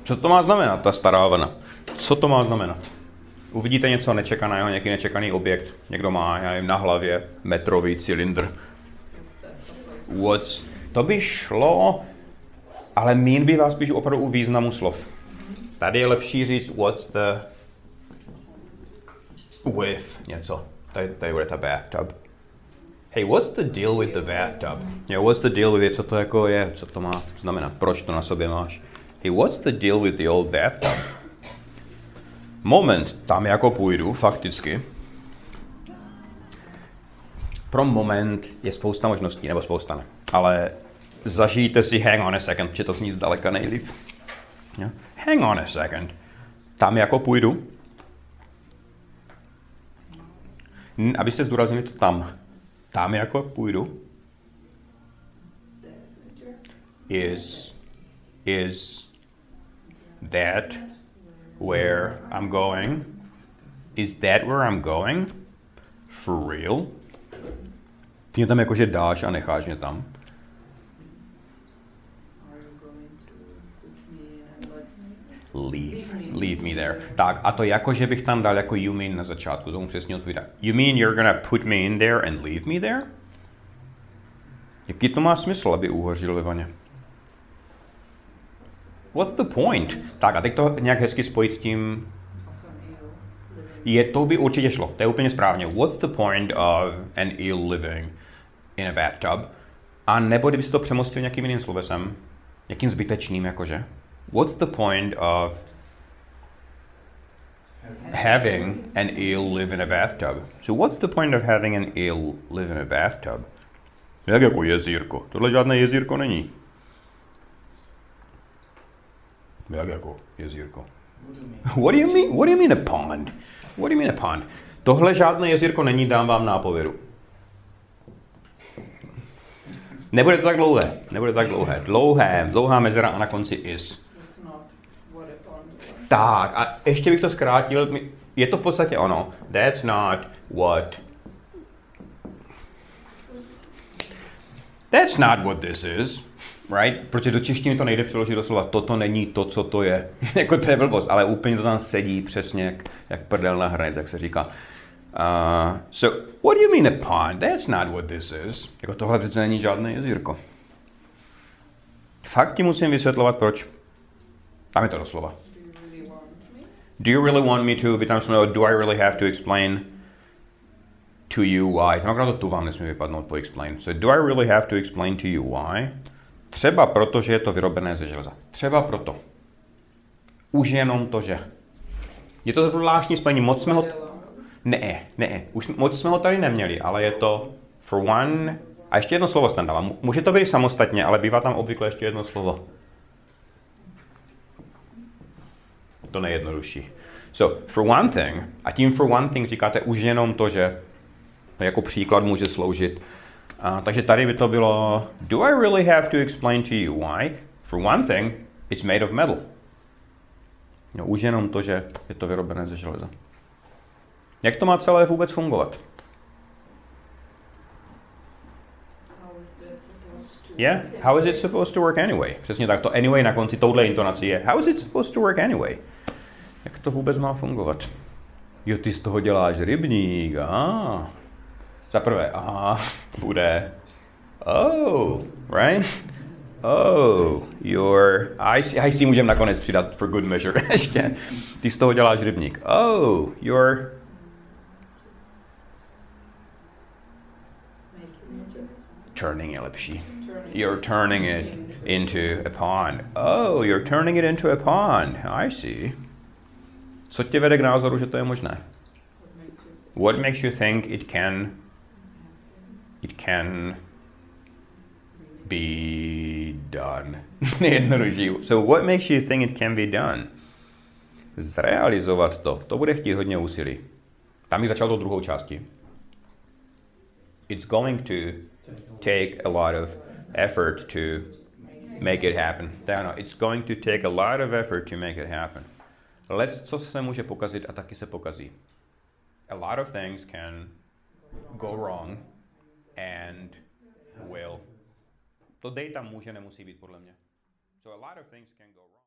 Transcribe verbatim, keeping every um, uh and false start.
Co to má znamenat, ta stará vana? Co to má znamenat? Uvidíte něco nečekaného, nějaký nečekaný objekt. Někdo má, já nevím, na hlavě metrový cylindr. What's... To by šlo, ale mean by vás spíš opravdu u významu slov. Tady je lepší říct what's the with něco. Tady, tady bude ta bathtub. Hey, what's the deal with the bathtub? Yeah, what's the deal with it? Co to jako je? Co to má znamenat? Proč to na sobě máš? Hey, what's the deal with the old bathtub? Moment, tam jako půjdu, fakticky. Pro moment je spousta možností, nebo spousta ne. Ale zažijte si hang on a second, že to zní zdaleka nejlíp. Yeah. Hang on a second. Tam jako půjdu. Abyste zdůraznili to tam. Tam jako půjdu. Is, is that where I'm going? Is that where I'm going? For real? Ty mě tam jakože dáš a necháš mě tam. Leave. Leave me there. Tak a to jako, že bych tam dal jako you mean na začátku, tomu přesně odpovídá. You mean you're gonna put me in there and leave me there? Jaký to má smysl, aby uhořil ve vaně? What's the point? Tak a teď to nějak hezky spojit s tím... Je, to by určitě šlo, to je úplně správně. What's the point of an eel living in a bathtub? A nebo kdyby si to přemostil nějakým jiným slovesem, nějakým zbytečným jakože. What's the point of having an eel live in a bathtub? So what's the point of having an eel live in a bathtub? Jak jako jezírko? Tohle žádné jezírko není. Jak jako jezírko? What do you mean? What do you mean a pond? What do you mean a pond? Tohle žádné jezírko není, dám vám nápovědu. Nebude to tak dlouhé. Nebude to tak dlouhé. Dlouhé, dlouhá mezera a na konci is. Tak, a ještě bych to zkrátil. Je to v podstatě ono. That's not what... That's not what this is. Right? Protože do češtiny to nejde přeložit do slova. Toto není to, co to je. Jako to je blbost, ale úplně to tam sedí přesně jak, jak prdel na hranic, jak se říká. Uh, so, what do you mean a pond? That's not what this is. Jako tohle přece není žádné jezírko. Fakt ti musím vysvětlovat, proč. Tam je to doslova. Do you really want me to? By tam šlo, do I really have to explain to you why? Tam akorát to tu vám nesmí vypadnout po explain. So, do I really have to explain to you why? Třeba proto, že je to vyrobené ze železa. Třeba proto. Už jenom to, že. Je to zvláštní spojení. Moc jsme ho... Ne, ne. Už moc jsme ho tady neměli, ale je to for one... A ještě jedno slovo tam dávám. Může to být samostatně, ale bývá tam obvykle ještě jedno slovo. To nejjednodušší. So, for one thing, a tím for one thing říkáte už jenom to, že jako příklad může sloužit. Uh, takže tady by to bylo, do I really have to explain to you why? For one thing, it's made of metal. No, už jenom to, že je to vyrobené ze železa. Jak to má celé vůbec fungovat? Yeah, how is it supposed to work anyway? Přesně tak, to anyway na konci touhle intonací je, how is it supposed to work anyway? Jak to vůbec má fungovat? Jo, ty z toho děláš rybník, ah. Za prvé, aha, bude, oh, right? Oh, you're, I see, I see můžeme nakonec přidat for good measure ještě. Ty z toho děláš rybník. Oh, you're, turning je lepší. You're turning it into a pond. Oh, you're turning it into a pond. I see. Co tě vede k názoru, že to je možné? What makes you think it can it can be done? Nejjednodušší. So what makes you think it can be done? Zrealizovat to. To bude chtít hodně úsilí. Tam bych začal tou druhou části. It's going to take a lot of effort to make it happen. No, it's going to take a lot of effort to make it happen. Let's, co se může pokazit a taky se pokazí. A lot of things can go wrong and will. To dej tam může, nemusí být podle mě. So a lot of things can go wrong.